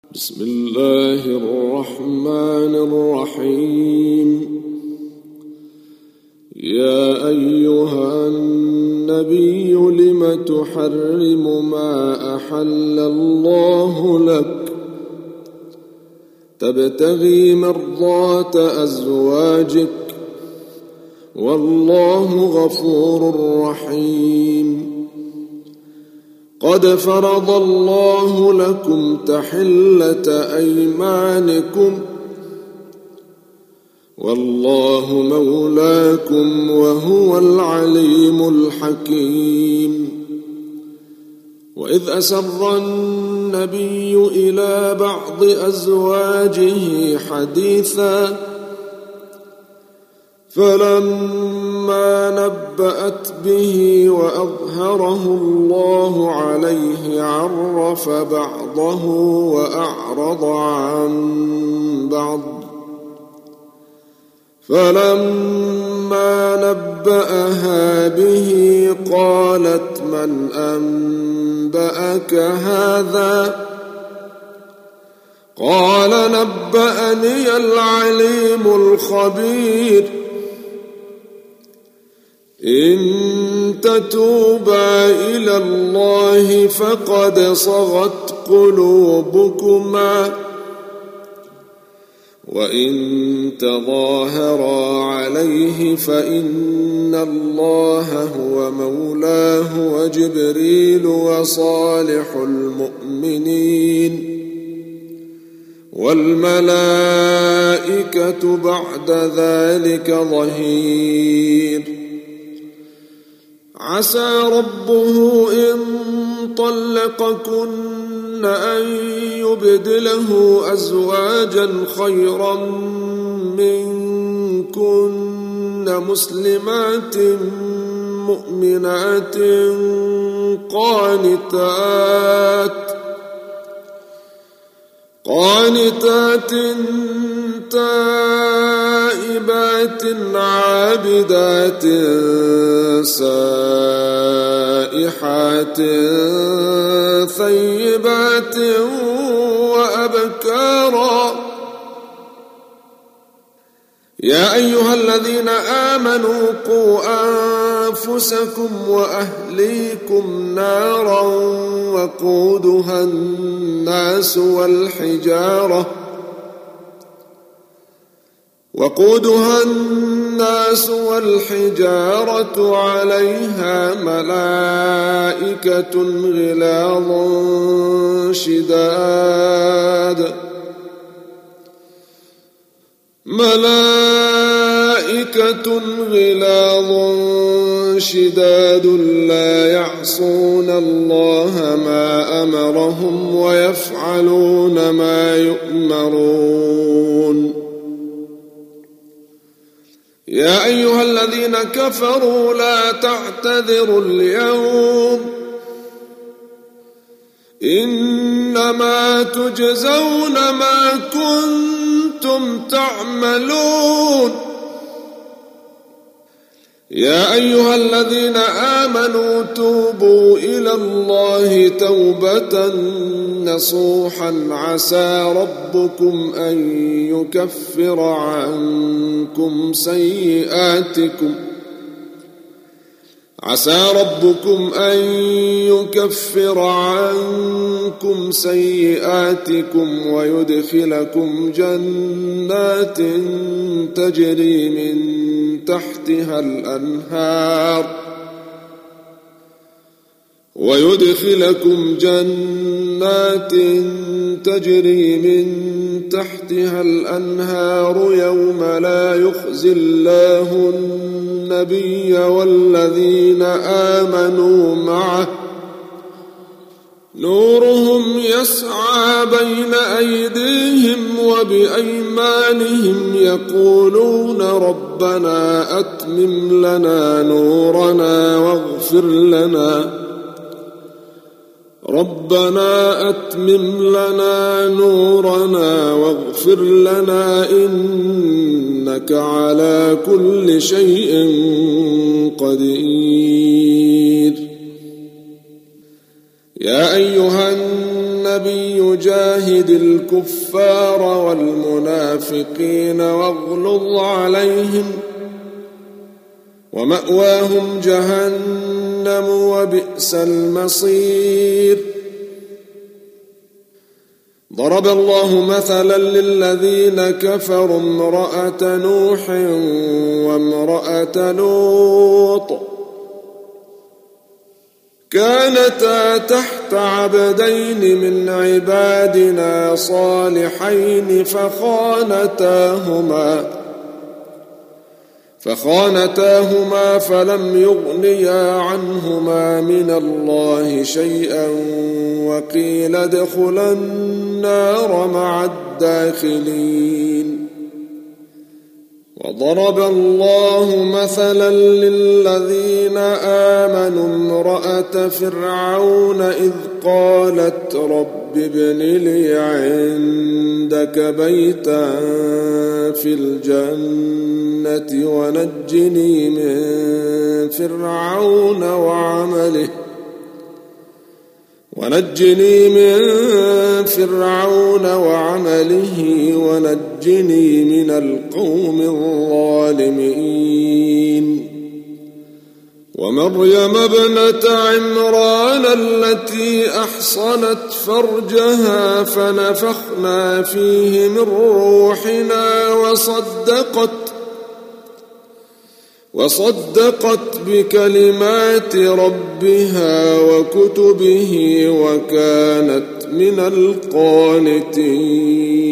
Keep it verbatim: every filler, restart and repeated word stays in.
بسم الله الرحمن الرحيم. يا أيها النبي لم تحرم ما أحل الله لك تبتغي مرضات أزواجك والله غفور رحيم. قد فرض الله لكم تحلة أيمانكم والله مولاكم وهو العليم الحكيم. وإذ أسر النبي إلى بعض أزواجه حديثا فلما نبأت به وأظهره الله عليه عرف بعضه وأعرض عن بعض. فلما نبأها به قالت من أنبأك هذا؟ قال نبأني العليم الخبير. إن تتوبا إلى الله فقد صغت قلوبكما وإن تظاهرا عليه فإن الله هو مولاه وجبريل وصالح المؤمنين والملائكة بعد ذلك ظهير. عسى ربه إن طلقكن أن يبدله أزواجا خيرا منكن مسلمات مؤمنات قانتات قانتات تائبات عابدات سائحات ثيبات وأبكارا. يا أيها الذين آمنوا قوا أنفسكم وأهليكم نارا وقودها الناس والحجارة وقودها الناس والحجارة عليها ملائكة غلاظ شداد ملائكة غلاظ شداد لا يعصون الله ما أمرهم ويفعلون ما يؤمرون. يا أيها الذين كفروا لا تعتذروا اليوم إنما تجزون ما كنتم تعملون. يا أيها الذين آمنوا توبوا إلى الله توبة نصوحا عسى ربكم أن يكفر عنكم سيئاتكم عسى ربكم أن يكفر عنكم سيئاتكم ويدخلكم جنات تجري من تحتها الأنهار ويدخلكم جنات تجري من تحتها الأنهار يوم لا يخزي الله النبي والذين آمنوا معه نورهم يسعى بين أيديهم وبأيمانهم يقولون ربنا أتمم لنا نورنا واغفر لنا ربنا أتمم لنا نورنا واغفر لنا إنك على كل شيء قدير. يا أيها الناس النبي جاهد الكفار والمنافقين واغلظ عليهم ومأواهم جهنم وبئس المصير. ضرب الله مثلا للذين كفروا امرأة نوح وامرأة لوط كانتا تحت عبدين من عبادنا صالحين فخانتاهما فخانتاهما فلم يغنيا عنهما من الله شيئا وقيل ادخلا النار مع الداخلين. وضرب الله مثلا للذين آمنوا امرأة فرعون إذ قالت رب ابن لي عندك بيتا في الجنة ونجني من فرعون وعمله ونجني من فرعون وعمله ونجني من القوم الظالمين. ومريم ابنة عمران التي أحصنت فرجها فنفخنا فيه من روحنا وصدقت وصدقت بكلمات ربها وكتبه وكانت من القانتين.